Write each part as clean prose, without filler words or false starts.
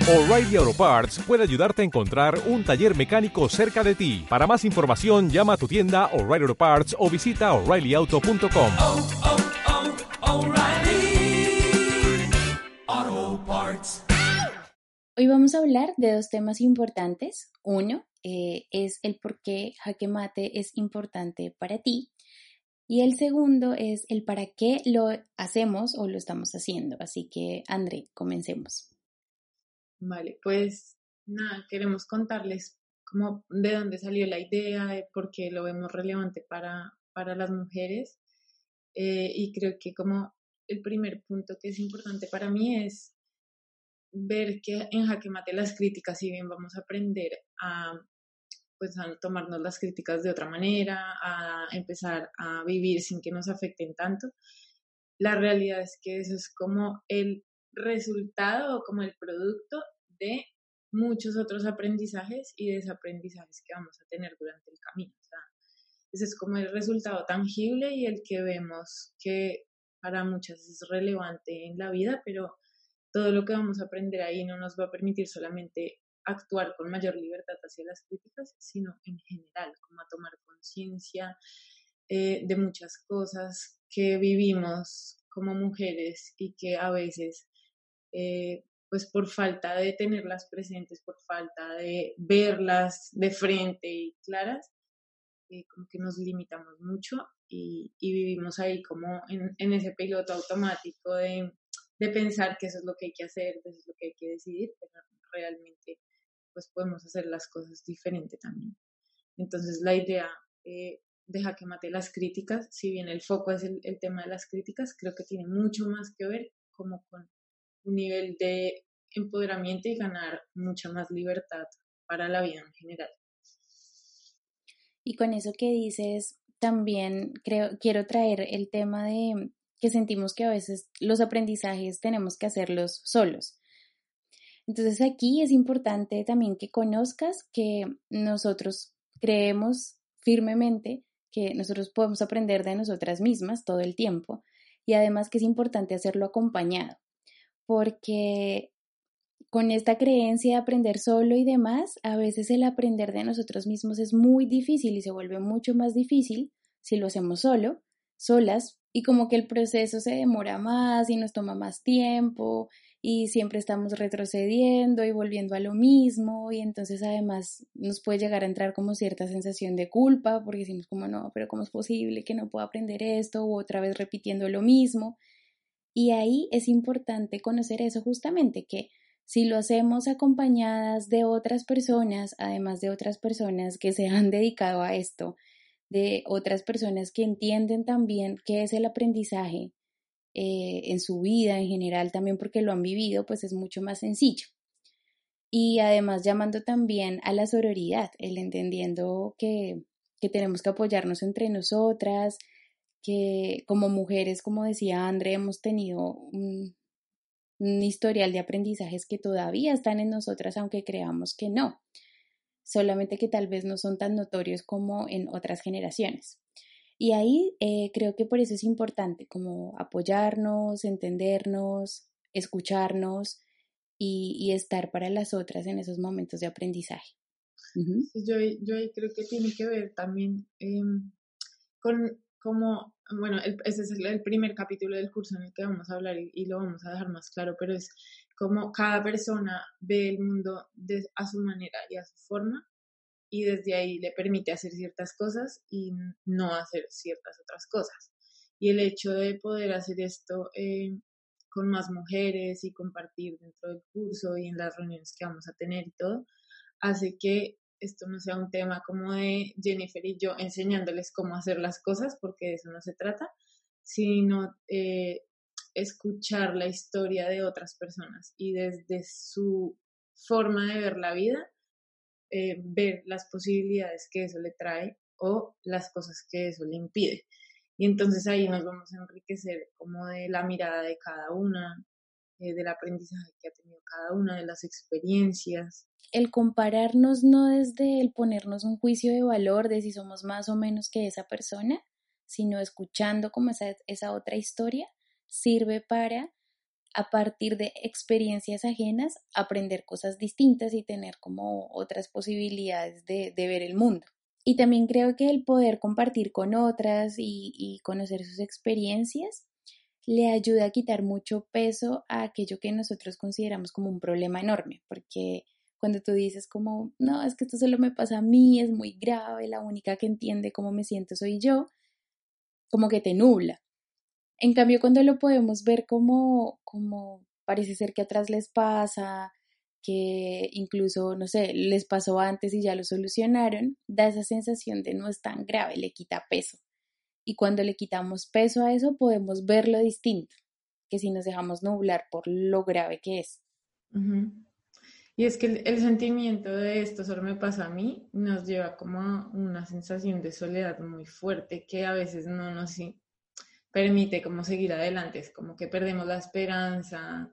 O'Reilly Auto Parts puede ayudarte a encontrar un taller mecánico cerca de ti. Para más información, llama a tu tienda O'Reilly Auto Parts o visita O'ReillyAuto.com. O'Reilly Auto Parts. Hoy vamos a hablar de dos temas importantes. Uno es el por qué Jaque Mate es importante para ti. Y el segundo es el para qué lo hacemos o lo estamos haciendo. Así que, André, comencemos. Vale, pues nada, queremos contarles cómo, de dónde salió la idea, de por qué lo vemos relevante para las mujeres. Y creo que como el primer punto que es importante para mí es ver que en Jaque Mate las críticas, si bien vamos a aprender a tomarnos las críticas de otra manera, a empezar a vivir sin que nos afecten tanto, la realidad es que eso es como el resultado o como el producto de muchos otros aprendizajes y desaprendizajes que vamos a tener durante el camino. O sea, ese es como el resultado tangible y el que vemos que para muchas es relevante en la vida, pero todo lo que vamos a aprender ahí no nos va a permitir solamente actuar con mayor libertad hacia las críticas, sino en general, como a tomar conciencia de muchas cosas que vivimos como mujeres y que a veces, pues por falta de tenerlas presentes, por falta de verlas de frente y claras, como que nos limitamos mucho y vivimos ahí como en ese piloto automático de pensar que eso es lo que hay que hacer, que eso es lo que hay que decidir, pero realmente pues podemos hacer las cosas diferente también. Entonces la idea de Jaque Mate las críticas, si bien el foco es el tema de las críticas, creo que tiene mucho más que ver como con un nivel de empoderamiento y ganar mucha más libertad para la vida en general. Y con eso que dices, también quiero traer el tema de que sentimos que a veces los aprendizajes tenemos que hacerlos solos. Entonces aquí es importante también que conozcas que nosotros creemos firmemente que nosotros podemos aprender de nosotras mismas todo el tiempo y además que es importante hacerlo acompañado, porque con esta creencia de aprender solo y demás, a veces el aprender de nosotros mismos es muy difícil y se vuelve mucho más difícil si lo hacemos solas, y como que el proceso se demora más y nos toma más tiempo y siempre estamos retrocediendo y volviendo a lo mismo, y entonces además nos puede llegar a entrar como cierta sensación de culpa porque decimos como no, pero ¿cómo es posible que no pueda aprender esto? O otra vez repitiendo lo mismo. Y ahí es importante conocer eso justamente, que si lo hacemos acompañadas de otras personas, además de otras personas que se han dedicado a esto, de otras personas que entienden también qué es el aprendizaje en su vida en general, también porque lo han vivido, pues es mucho más sencillo. Y además llamando también a la sororidad, el entendiendo que tenemos que apoyarnos entre nosotras, que como mujeres, como decía André, hemos tenido un historial de aprendizajes que todavía están en nosotras, aunque creamos que no, solamente que tal vez no son tan notorios como en otras generaciones. Y ahí creo que por eso es importante como apoyarnos, entendernos, escucharnos y estar para las otras en esos momentos de aprendizaje. Uh-huh. Yo ahí creo que tiene que ver también con como, bueno, ese es el primer capítulo del curso en el que vamos a hablar y lo vamos a dejar más claro, pero es como cada persona ve el mundo a su manera y a su forma, y desde ahí le permite hacer ciertas cosas y no hacer ciertas otras cosas. Y el hecho de poder hacer esto con más mujeres y compartir dentro del curso y en las reuniones que vamos a tener y todo, hace que esto no sea un tema como de Jennifer y yo enseñándoles cómo hacer las cosas, porque de eso no se trata, sino escuchar la historia de otras personas y desde su forma de ver la vida, ver las posibilidades que eso le trae o las cosas que eso le impide. Y entonces ahí nos vamos a enriquecer como de la mirada de cada una, del aprendizaje que ha tenido cada una, de las experiencias. El compararnos no desde el ponernos un juicio de valor de si somos más o menos que esa persona, sino escuchando como esa otra historia, sirve para a partir de experiencias ajenas, aprender cosas distintas y tener como otras posibilidades de ver el mundo. Y también creo que el poder compartir con otras y conocer sus experiencias le ayuda a quitar mucho peso a aquello que nosotros consideramos como un problema enorme, porque cuando tú dices como, no, es que esto solo me pasa a mí, es muy grave, la única que entiende cómo me siento soy yo, como que te nubla. En cambio, cuando lo podemos ver como parece ser que atrás les pasa, que incluso, no sé, les pasó antes y ya lo solucionaron, da esa sensación de no es tan grave, le quita peso. Y cuando le quitamos peso a eso, podemos verlo distinto, que si nos dejamos nublar por lo grave que es. Ujú. Y es que el sentimiento de esto solo me pasa a mí, nos lleva como a una sensación de soledad muy fuerte que a veces no nos permite como seguir adelante, es como que perdemos la esperanza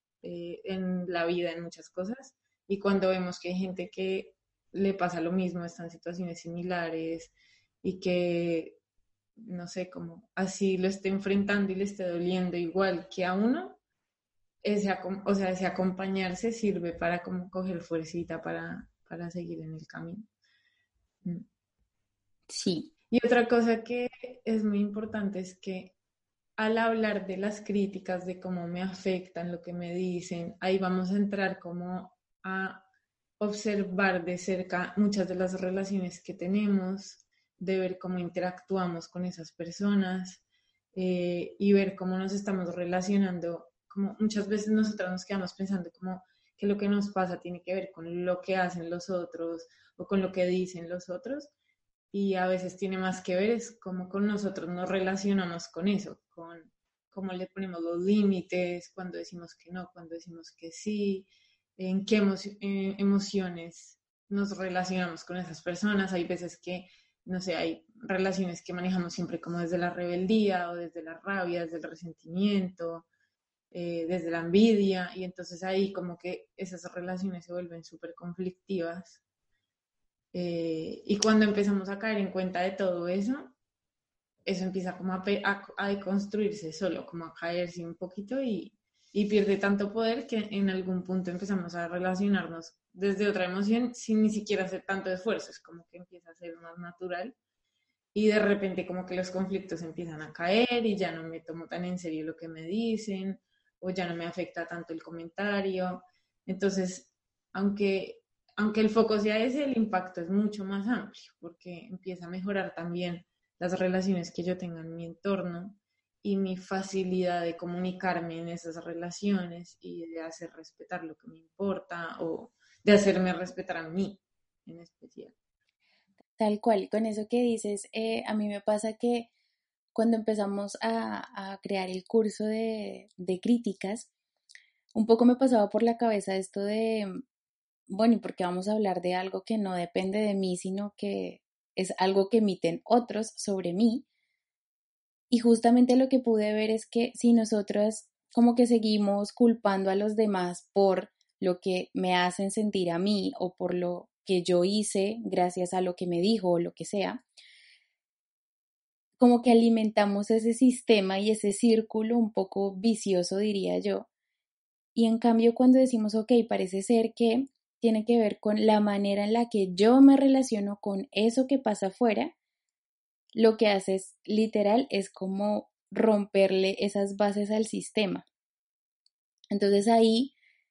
en la vida, en muchas cosas, y cuando vemos que hay gente que le pasa lo mismo, están en situaciones similares y que, no sé, como así lo esté enfrentando y le esté doliendo igual que a uno, o sea, ese acompañarse sirve para como coger fuercita para seguir en el camino. Mm. Sí, Y otra cosa que es muy importante es que al hablar de las críticas, de cómo me afectan, lo que me dicen, ahí vamos a entrar como a observar de cerca muchas de las relaciones que tenemos, de ver cómo interactuamos con esas personas y ver cómo nos estamos relacionando. Como muchas veces nosotros nos quedamos pensando como que lo que nos pasa tiene que ver con lo que hacen los otros o con lo que dicen los otros y a veces tiene más que ver es cómo con nosotros nos relacionamos con eso, con cómo le ponemos los límites, cuando decimos que no, cuando decimos que sí, en qué emociones nos relacionamos con esas personas. Hay veces que, no sé, hay relaciones que manejamos siempre como desde la rebeldía o desde la rabia, desde el resentimiento, desde la envidia, y entonces ahí como que esas relaciones se vuelven súper conflictivas y cuando empezamos a caer en cuenta de todo eso empieza como a construirse solo, como a caerse un poquito y pierde tanto poder que en algún punto empezamos a relacionarnos desde otra emoción sin ni siquiera hacer tanto esfuerzo, es como que empieza a ser más natural y de repente como que los conflictos empiezan a caer y ya no me tomo tan en serio lo que me dicen o ya no me afecta tanto el comentario. Entonces, aunque, aunque el foco sea ese, el impacto es mucho más amplio porque empieza a mejorar también las relaciones que yo tenga en mi entorno y mi facilidad de comunicarme en esas relaciones y de hacer respetar lo que me importa o de hacerme respetar a mí en especial. tal cual. Y con eso que dices, a mí me pasa que cuando empezamos a crear el curso de críticas, un poco me pasaba por la cabeza esto de, bueno, ¿y por qué vamos a hablar de algo que no depende de mí, sino que es algo que emiten otros sobre mí? Y justamente lo que pude ver es que si nosotras como que seguimos culpando a los demás por lo que me hacen sentir a mí o por lo que yo hice gracias a lo que me dijo o lo que sea, como que alimentamos ese sistema y ese círculo un poco vicioso, diría yo. Y en cambio, cuando decimos, ok, parece ser que tiene que ver con la manera en la que yo me relaciono con eso que pasa afuera, lo que hace es literal es como romperle esas bases al sistema. Entonces ahí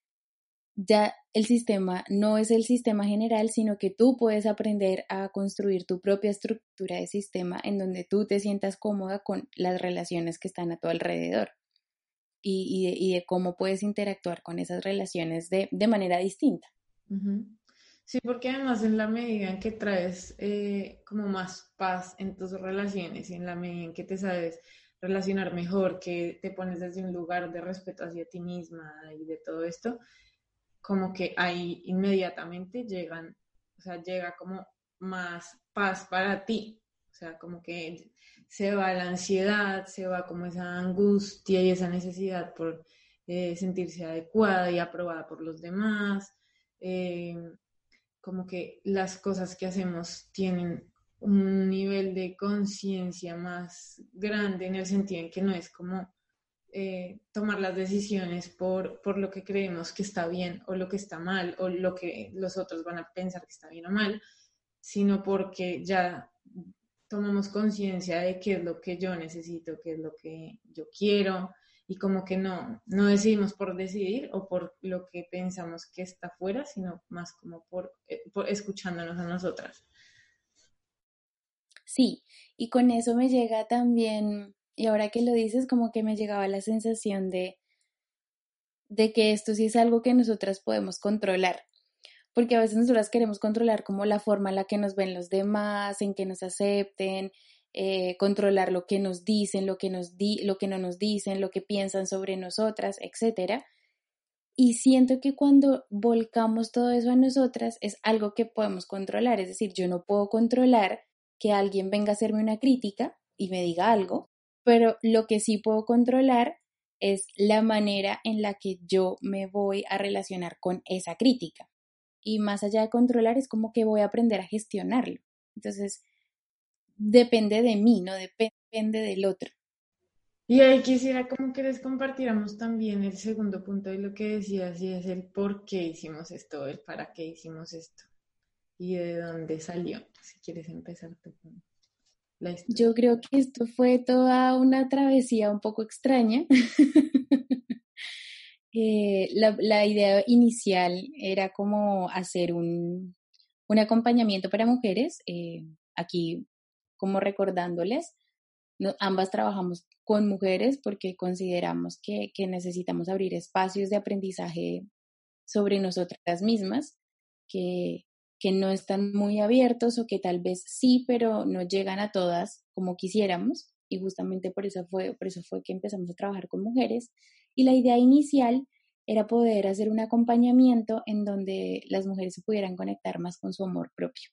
ya el sistema no es el sistema general, sino que tú puedes aprender a construir tu propia estructura de sistema en donde tú te sientas cómoda con las relaciones que están a tu alrededor y de cómo puedes interactuar con esas relaciones de manera distinta. Ujú. Sí, porque además en la medida en que traes como más paz en tus relaciones y en la medida en que te sabes relacionar mejor, que te pones desde un lugar de respeto hacia ti misma y de todo esto, como que ahí inmediatamente llegan, o sea, llega como más paz para ti, o sea, como que se va la ansiedad, se va como esa angustia y esa necesidad por sentirse adecuada y aprobada por los demás. eh, Como que las cosas que hacemos tienen un nivel de conciencia más grande en el sentido en que no es como tomar las decisiones por lo que creemos que está bien o lo que está mal o lo que los otros van a pensar que está bien o mal, sino porque ya tomamos conciencia de qué es lo que yo necesito, qué es lo que yo quiero y como que no decidimos por decidir o por lo que pensamos que está fuera, sino más como por escuchándonos a nosotras. Sí, y con eso me llega también, y ahora que lo dices, como que me llegaba la sensación de que esto sí es algo que nosotras podemos controlar, porque a veces nosotras queremos controlar como la forma en la que nos ven los demás, en que nos acepten, controlar lo que nos dicen, lo que no nos dicen, lo que piensan sobre nosotras, etcétera. Y siento que cuando volcamos todo eso a nosotras es algo que podemos controlar, es decir, yo no puedo controlar que alguien venga a hacerme una crítica y me diga algo, pero lo que sí puedo controlar es la manera en la que yo me voy a relacionar con esa crítica. Y más allá de controlar, es como que voy a aprender a gestionarlo. Entonces, depende de mí, no depende del otro. Y ahí quisiera como que les compartiéramos también el segundo punto de lo que decías, y es el por qué hicimos esto, el para qué hicimos esto y de dónde salió. Si quieres empezar tú con la historia. Yo creo que esto fue toda una travesía un poco extraña. La idea inicial era como hacer un acompañamiento para mujeres, aquí como recordándoles, ambas trabajamos con mujeres porque consideramos que necesitamos abrir espacios de aprendizaje sobre nosotras mismas, que, que no están muy abiertos o que tal vez sí, pero no llegan a todas como quisiéramos. Y justamente por eso fue que empezamos a trabajar con mujeres. Y la idea inicial era poder hacer un acompañamiento en donde las mujeres se pudieran conectar más con su amor propio.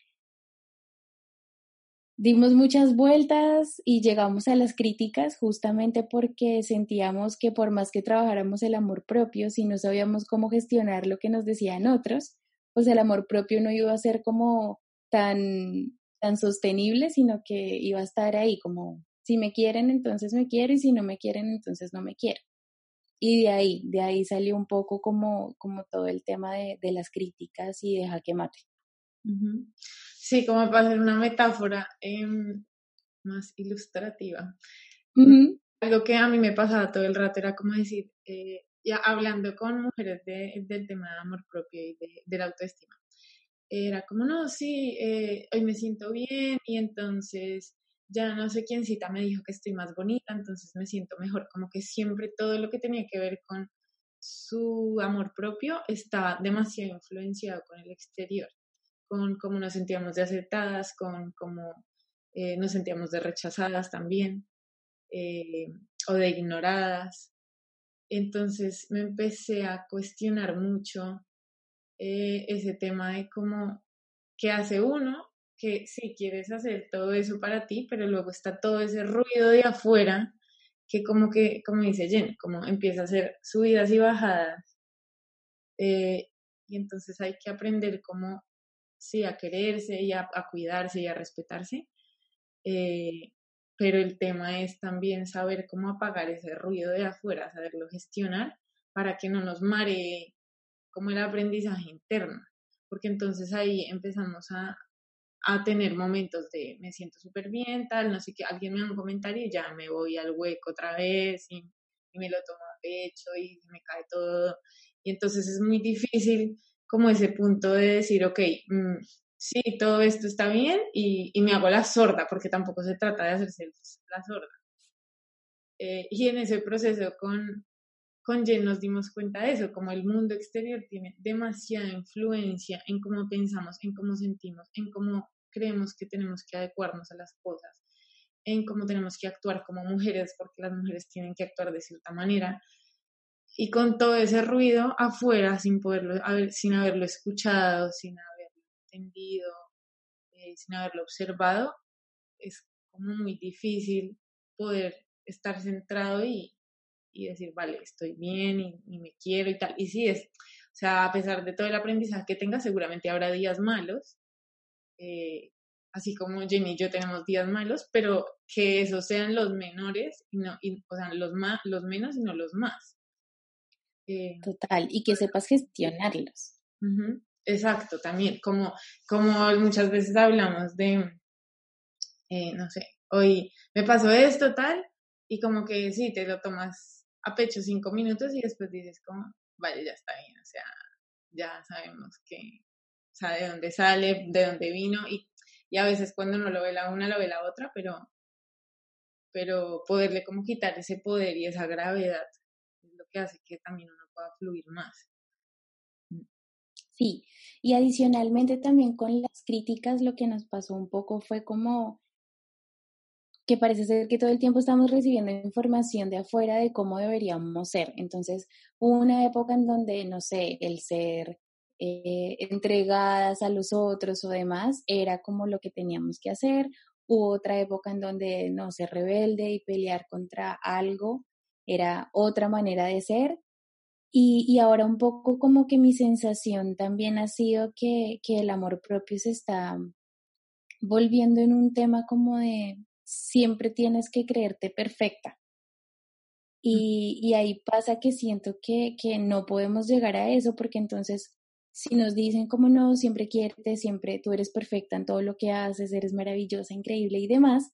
Dimos muchas vueltas y llegamos a las críticas justamente porque sentíamos que por más que trabajáramos el amor propio, si no sabíamos cómo gestionar lo que nos decían otros, pues el amor propio no iba a ser como tan sostenible, sino que iba a estar ahí como, si me quieren, entonces me quiero y si no me quieren, entonces no me quiero. Y de ahí salió un poco como todo el tema de las críticas y de jaque mate. Ujú. Sí, como para hacer una metáfora más ilustrativa. Uh-huh. Algo que a mí me pasaba todo el rato era como decir, ya hablando con mujeres del tema de amor propio y de la autoestima, era como, no, sí, hoy me siento bien y entonces ya no sé quién cita me dijo que estoy más bonita, entonces me siento mejor, como que siempre todo lo que tenía que ver con su amor propio estaba demasiado influenciado con el exterior, con cómo nos sentíamos de aceptadas, con cómo nos sentíamos de rechazadas también, eh, o de ignoradas. Entonces me empecé a cuestionar mucho ese tema de cómo, qué hace uno, que sí quieres hacer todo eso para ti, pero luego está todo ese ruido de afuera que, como dice Jen, como empieza a hacer subidas y bajadas. Y entonces hay que aprender cómo, sí, a quererse y a cuidarse y a respetarse. Eh, pero el tema es también saber cómo apagar ese ruido de afuera, saberlo gestionar para que no nos maree como el aprendizaje interno, porque entonces ahí empezamos a tener momentos de me siento súper bien, tal, no sé qué, alguien me da un comentario y ya me voy al hueco otra vez y me lo tomo a pecho y me cae todo. Y entonces es muy difícil como ese punto de decir, ok, sí, todo esto está bien y me hago la sorda, porque tampoco se trata de hacerse la sorda. Y en ese proceso con Jen nos dimos cuenta de eso, como el mundo exterior tiene demasiada influencia en cómo pensamos, en cómo sentimos, en cómo creemos que tenemos que adecuarnos a las cosas, en cómo tenemos que actuar como mujeres, porque las mujeres tienen que actuar de cierta manera. Y con todo ese ruido afuera, sin haberlo escuchado, sin haberlo entendido, sin haberlo observado, es como muy difícil poder estar centrado y decir, vale, estoy bien y me quiero y tal. Y sí, o sea, a pesar de todo el aprendizaje que tengas, seguramente habrá días malos, eh, así como Jenny y yo tenemos días malos, pero que esos sean los menores, o sea, los menos y no los más. Total, y que sepas gestionarlos. Exacto, también, como muchas veces hablamos de, no sé, hoy me pasó esto, tal, y como que sí, te lo tomas a pecho 5 minutos y después dices como, vale, ya está bien, o sea, ya sabemos que, o sea, de dónde sale, de dónde vino, y a veces cuando no lo ve la una, lo ve la otra, pero poderle como quitar ese poder y esa gravedad es lo que hace que también uno pueda fluir más. Sí, y adicionalmente también con las críticas lo que nos pasó un poco fue como que parece ser que todo el tiempo estamos recibiendo información de afuera de cómo deberíamos ser. Entonces, hubo una época en donde, no sé, el ser entregadas a los otros o demás era como lo que teníamos que hacer. Hubo otra época en donde no ser rebelde y pelear contra algo era otra manera de ser. Y ahora un poco como que mi sensación también ha sido que el amor propio se está volviendo en un tema como de siempre tienes que creerte perfecta. Y ahí pasa que siento que no podemos llegar a eso porque entonces si nos dicen como no, siempre quiérete, siempre tú eres perfecta en todo lo que haces, eres maravillosa, increíble y demás,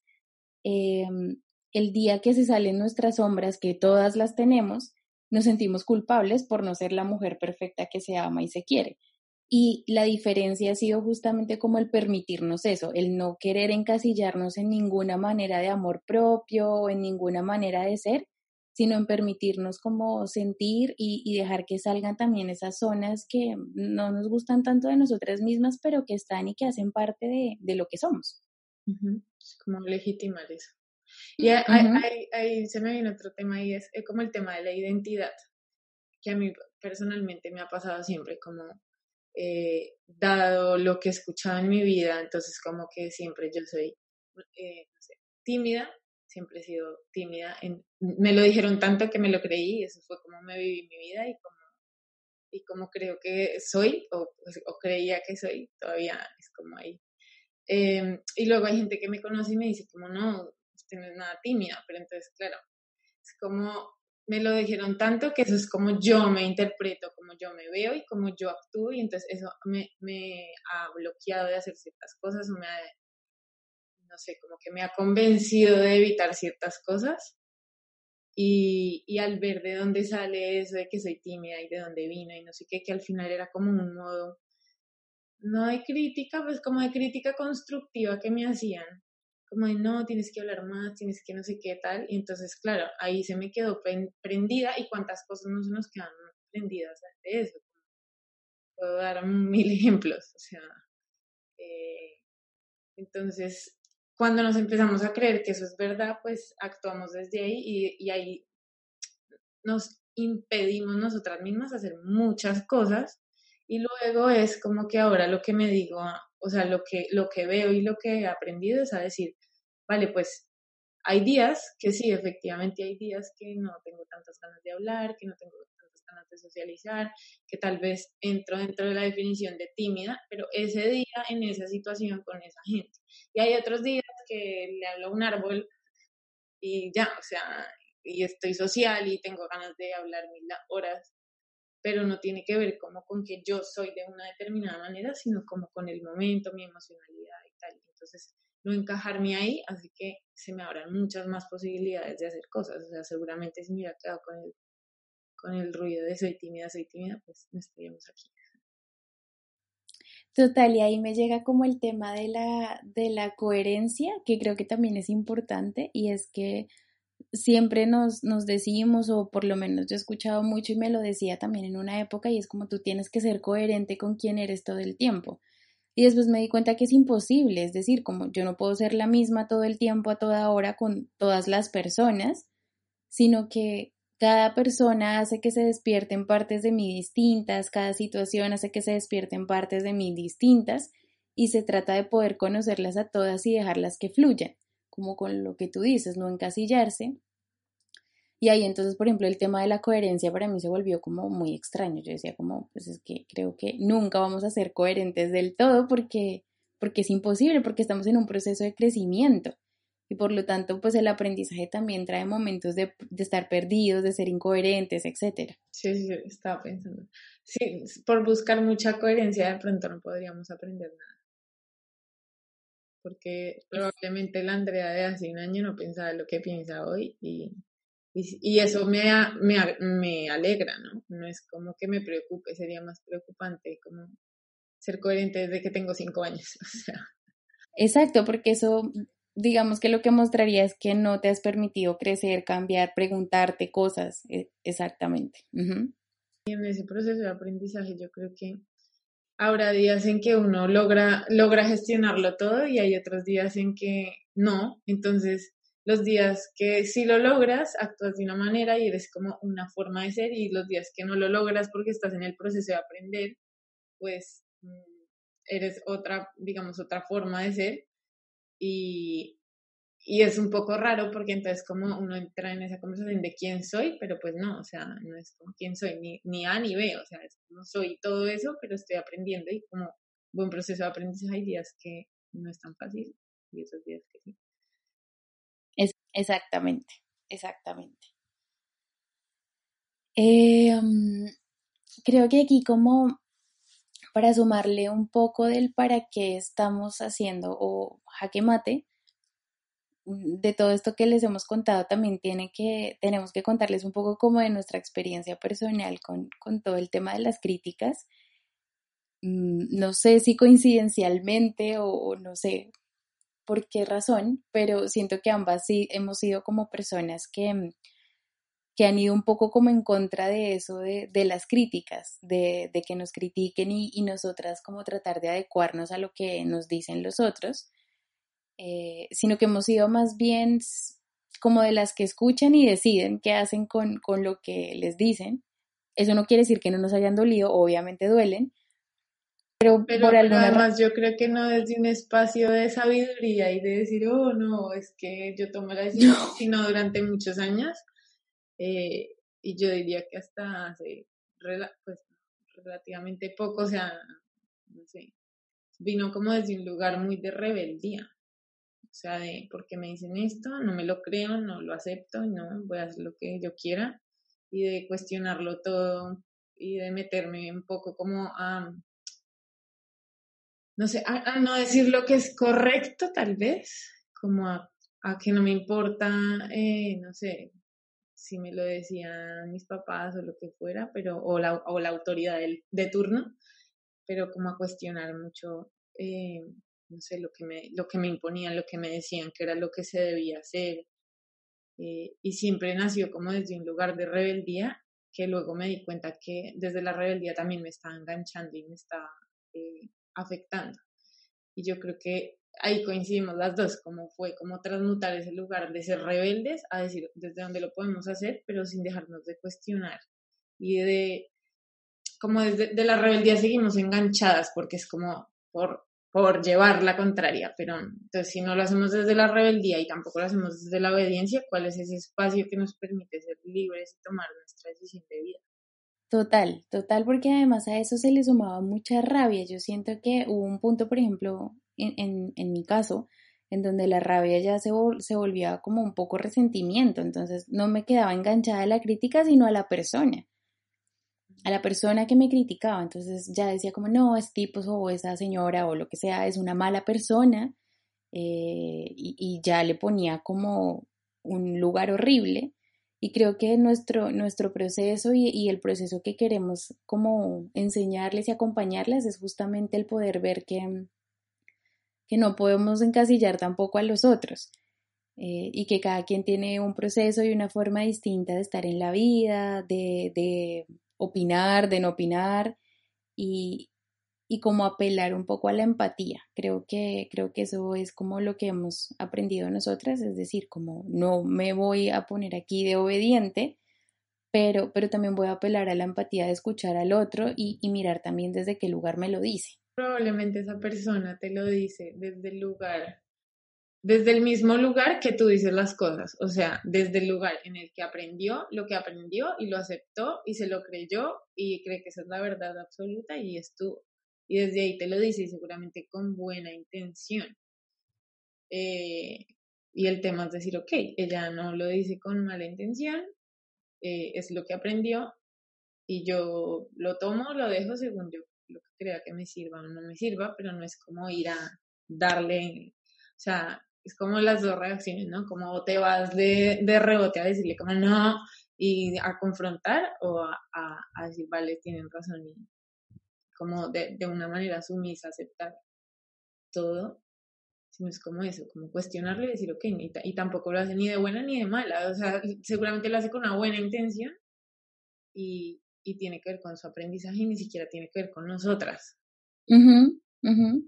el día que se salen nuestras sombras, que todas las tenemos, nos sentimos culpables por no ser la mujer perfecta que se ama y se quiere. Y la diferencia ha sido justamente como el permitirnos eso, el no querer encasillarnos en ninguna manera de amor propio o en ninguna manera de ser, sino en permitirnos como sentir y dejar que salgan también esas zonas que no nos gustan tanto de nosotras mismas, pero que están y que hacen parte de lo que somos. Es como legitimar eso. Y ahí se me viene otro tema y es como el tema de la identidad, que a mí personalmente me ha pasado siempre como dado lo que he escuchado en mi vida, entonces como que siempre yo soy no sé, tímida, siempre he sido tímida, me lo dijeron tanto que me lo creí y eso fue como me viví mi vida y como creo que soy o creía que soy, todavía es como ahí. Y luego hay gente que me conoce y me dice como no, usted no es nada tímida, pero entonces claro, es como me lo dijeron tanto que eso es como yo me interpreto, como yo me veo y como yo actúo y entonces eso me ha bloqueado de hacer ciertas cosas o no sé, como que me ha convencido de evitar ciertas cosas y al ver de dónde sale eso de que soy tímida y de dónde vino y no sé qué, que al final era como un modo, no de crítica, pues como de crítica constructiva que me hacían como de no, tienes que hablar más, tienes que no sé qué tal, y entonces, claro, ahí se me quedó prendida y cuántas cosas no se nos quedan prendidas de eso. Puedo dar 1000 ejemplos, o sea, entonces, cuando nos empezamos a creer que eso es verdad, pues actuamos desde ahí y ahí nos impedimos nosotras mismas hacer muchas cosas y luego es como que ahora lo que me digo, o sea, lo que veo y lo que he aprendido es a decir, vale, pues hay días que sí, efectivamente hay días que no tengo tantas ganas de hablar, que no tengo tantas ganas de socializar, que tal vez entro dentro de la definición de tímida, pero ese día en esa situación con esa gente. Y hay otros días que le hablo a un árbol y ya, o sea, y estoy social y tengo ganas de hablar 1000 horas, pero no tiene que ver como con que yo soy de una determinada manera, sino como con el momento, mi emocionalidad y tal. Entonces, no encajarme ahí, así que se me abran muchas más posibilidades de hacer cosas. O sea, seguramente si me hubiera quedado con el ruido de soy tímida, pues no estaríamos aquí. Total, y ahí me llega como el tema de la coherencia, que creo que también es importante, y es que siempre nos decimos, o por lo menos yo he escuchado mucho y me lo decía también en una época, y es como tú tienes que ser coherente con quién eres todo el tiempo. Y después me di cuenta que es imposible, es decir, como yo no puedo ser la misma todo el tiempo, a toda hora, con todas las personas, sino que cada persona hace que se despierten partes de mí distintas, cada situación hace que se despierten partes de mí distintas y se trata de poder conocerlas a todas y dejarlas que fluyan, como con lo que tú dices, no encasillarse. Y ahí entonces, por ejemplo, el tema de la coherencia para mí se volvió como muy extraño. Yo decía como, pues es que creo que nunca vamos a ser coherentes del todo porque es imposible, porque estamos en un proceso de crecimiento. Y por lo tanto, pues el aprendizaje también trae momentos de estar perdidos, de ser incoherentes, etcétera. Sí, sí, estaba pensando. Sí, por buscar mucha coherencia de pronto no podríamos aprender nada, porque probablemente la Andrea de hace un año no pensaba lo que piensa hoy y eso me alegra, ¿no? No es como que me preocupe, sería más preocupante como ser coherente desde que tengo 5 años, o sea. Exacto, porque eso, digamos que lo que mostraría es que no te has permitido crecer, cambiar, preguntarte cosas. Exactamente. Ujú. Y en ese proceso de aprendizaje yo creo que habrá días en que uno logra gestionarlo todo y hay otros días en que no. Entonces, los días que sí lo logras, actúas de una manera y eres como una forma de ser y los días que no lo logras porque estás en el proceso de aprender, pues eres otra, digamos, otra forma de ser y, y es un poco raro porque entonces como uno entra en esa conversación de quién soy, pero pues no, o sea, no es como quién soy, ni A ni B, o sea, es como soy todo eso, pero estoy aprendiendo y como buen proceso de aprendizaje hay días que no es tan fácil y esos días que sí. Exactamente, exactamente. Creo que aquí como para sumarle un poco del para qué estamos haciendo o jaque mate, de todo esto que les hemos contado también tenemos que contarles un poco como de nuestra experiencia personal con todo el tema de las críticas. No sé si coincidencialmente o no sé por qué razón, pero siento que ambas sí hemos sido como personas que han ido un poco como en contra de eso, de las críticas, de que nos critiquen y nosotras como tratar de adecuarnos a lo que nos dicen los otros, sino que hemos sido más bien como de las que escuchan y deciden qué hacen con lo que les dicen. Eso no quiere decir que no nos hayan dolido, obviamente duelen, pero por Pero alguna razón, además yo creo que no desde un espacio de sabiduría y de decir, oh no, es que yo tomé la decisión, no. sino durante muchos años. Y yo diría que hasta hace pues, relativamente poco, o sea, no sé, vino como desde un lugar muy de rebeldía. O sea, de porque me dicen esto, no me lo creo, no lo acepto, no voy a hacer lo que yo quiera y de cuestionarlo todo y de meterme un poco como no sé, a no decir lo que es correcto tal vez, como a que no me importa, no sé, si me lo decían mis papás o lo que fuera, pero, o la autoridad de turno, pero como a cuestionar mucho, no sé, lo que me imponían, lo que me decían que era lo que se debía hacer, y siempre nació como desde un lugar de rebeldía, que luego me di cuenta que desde la rebeldía también me estaba enganchando y me estaba afectando. Y yo creo que ahí coincidimos las dos, como fue como transmutar ese lugar de ser rebeldes a decir desde dónde lo podemos hacer, pero sin dejarnos de cuestionar. Y como desde de la rebeldía seguimos enganchadas porque es como por llevar la contraria, pero entonces si no lo hacemos desde la rebeldía y tampoco lo hacemos desde la obediencia, ¿cuál es ese espacio que nos permite ser libres y tomar nuestra decisión de vida? Total, total, porque además a eso se le sumaba mucha rabia. Yo siento que hubo un punto, por ejemplo, en mi caso, en donde la rabia ya se volvía como un poco resentimiento. Entonces no me quedaba enganchada a la crítica, sino a la persona que me criticaba. Entonces ya decía como, no, este tipo o esa señora o lo que sea es una mala persona, y ya le ponía como un lugar horrible. Y creo que nuestro proceso y el proceso que queremos como enseñarles y acompañarles es justamente el poder ver que no podemos encasillar tampoco a los otros, y que cada quien tiene un proceso y una forma distinta de estar en la vida, de opinar, de no opinar y, y como apelar un poco a la empatía. Creo que eso es como lo que hemos aprendido nosotras, es decir, como no me voy a poner aquí de obediente, pero también voy a apelar a la empatía de escuchar al otro y mirar también desde qué lugar me lo dice. Probablemente esa persona te lo dice desde el mismo lugar que tú dices las cosas, o sea, desde el lugar en el que aprendió lo que aprendió y lo aceptó y se lo creyó y cree que esa es la verdad absoluta y estuvo. y desde ahí te lo dice y seguramente con buena intención. Y el tema es decir, ok, ella no lo dice con mala intención, es lo que aprendió y yo lo tomo, lo dejo según yo lo que crea que me sirva o no me sirva, pero no es como ir a darle, o sea, es como las dos reacciones, ¿no? Como te vas de rebote a decirle como no y a confrontar o a decir, vale, tienen razón y como de una manera sumisa aceptar todo, sino es como eso, como cuestionarlo y decir, ok, y tampoco lo hace ni de buena ni de mala, o sea, seguramente lo hace con una buena intención y tiene que ver con su aprendizaje y ni siquiera tiene que ver con nosotras. Ujú, ujú.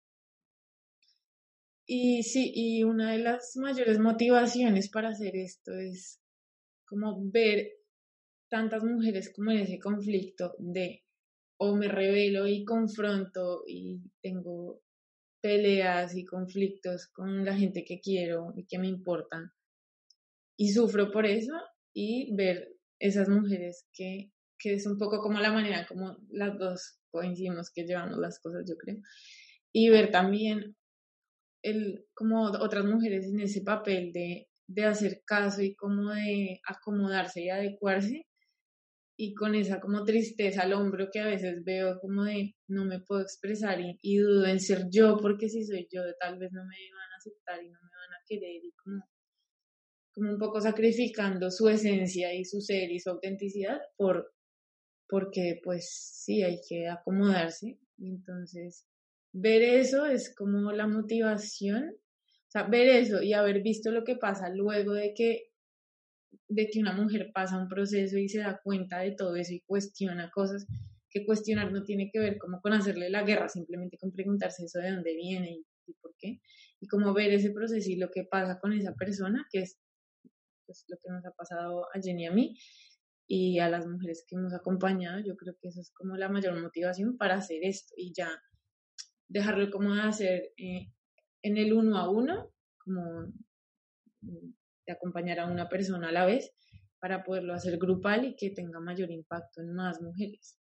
Y sí, y una de las mayores motivaciones para hacer esto es como ver tantas mujeres como en ese conflicto de o me rebelo y confronto y tengo peleas y conflictos con la gente que quiero y que me importan y sufro por eso y ver esas mujeres que es un poco como la manera como las dos coincidimos que llevamos las cosas, yo creo, y ver también como otras mujeres en ese papel de hacer caso y como de acomodarse y adecuarse y con esa como tristeza al hombro que a veces veo como de no me puedo expresar y dudo en ser yo porque si soy yo tal vez no me van a aceptar y no me van a querer y como un poco sacrificando su esencia y su ser y su autenticidad porque pues sí hay que acomodarse y entonces ver eso es como la motivación, o sea, ver eso y haber visto lo que pasa luego de que una mujer pasa un proceso y se da cuenta de todo eso y cuestiona cosas, que cuestionar no tiene que ver como con hacerle la guerra, simplemente con preguntarse eso de dónde viene y por qué, y como ver ese proceso y lo que pasa con esa persona, que es pues, lo que nos ha pasado a Jenny y a mí, y a las mujeres que hemos acompañado, yo creo que eso es como la mayor motivación para hacer esto y ya dejarlo como de hacer en el uno a uno, como de acompañar a una persona a la vez para poderlo hacer grupal y que tenga mayor impacto en más mujeres.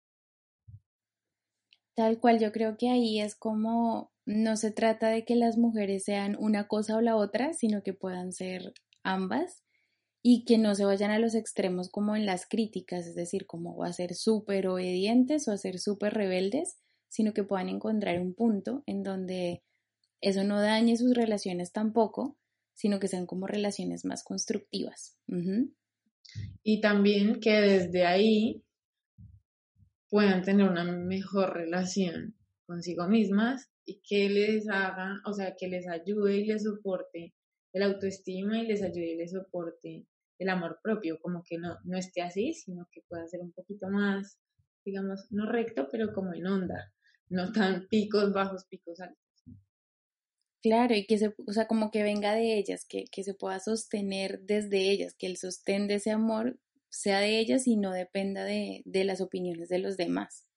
Tal cual, yo creo que ahí es como no se trata de que las mujeres sean una cosa o la otra, sino que puedan ser ambas y que no se vayan a los extremos como en las críticas, es decir, como a ser súper obedientes o a ser súper rebeldes, sino que puedan encontrar un punto en donde eso no dañe sus relaciones tampoco, sino que sean como relaciones más constructivas. Ujú. Y también que desde ahí puedan tener una mejor relación consigo mismas y que les haga, o sea, que les ayude y les soporte el autoestima y les ayude y les soporte el amor propio, como que no esté así, sino que pueda ser un poquito más, digamos, no recto, pero como en onda, no tan picos bajos, picos altos. Claro, y que o sea, como que venga de ellas, que se pueda sostener desde ellas, que el sostén de ese amor sea de ellas y no dependa de las opiniones de los demás.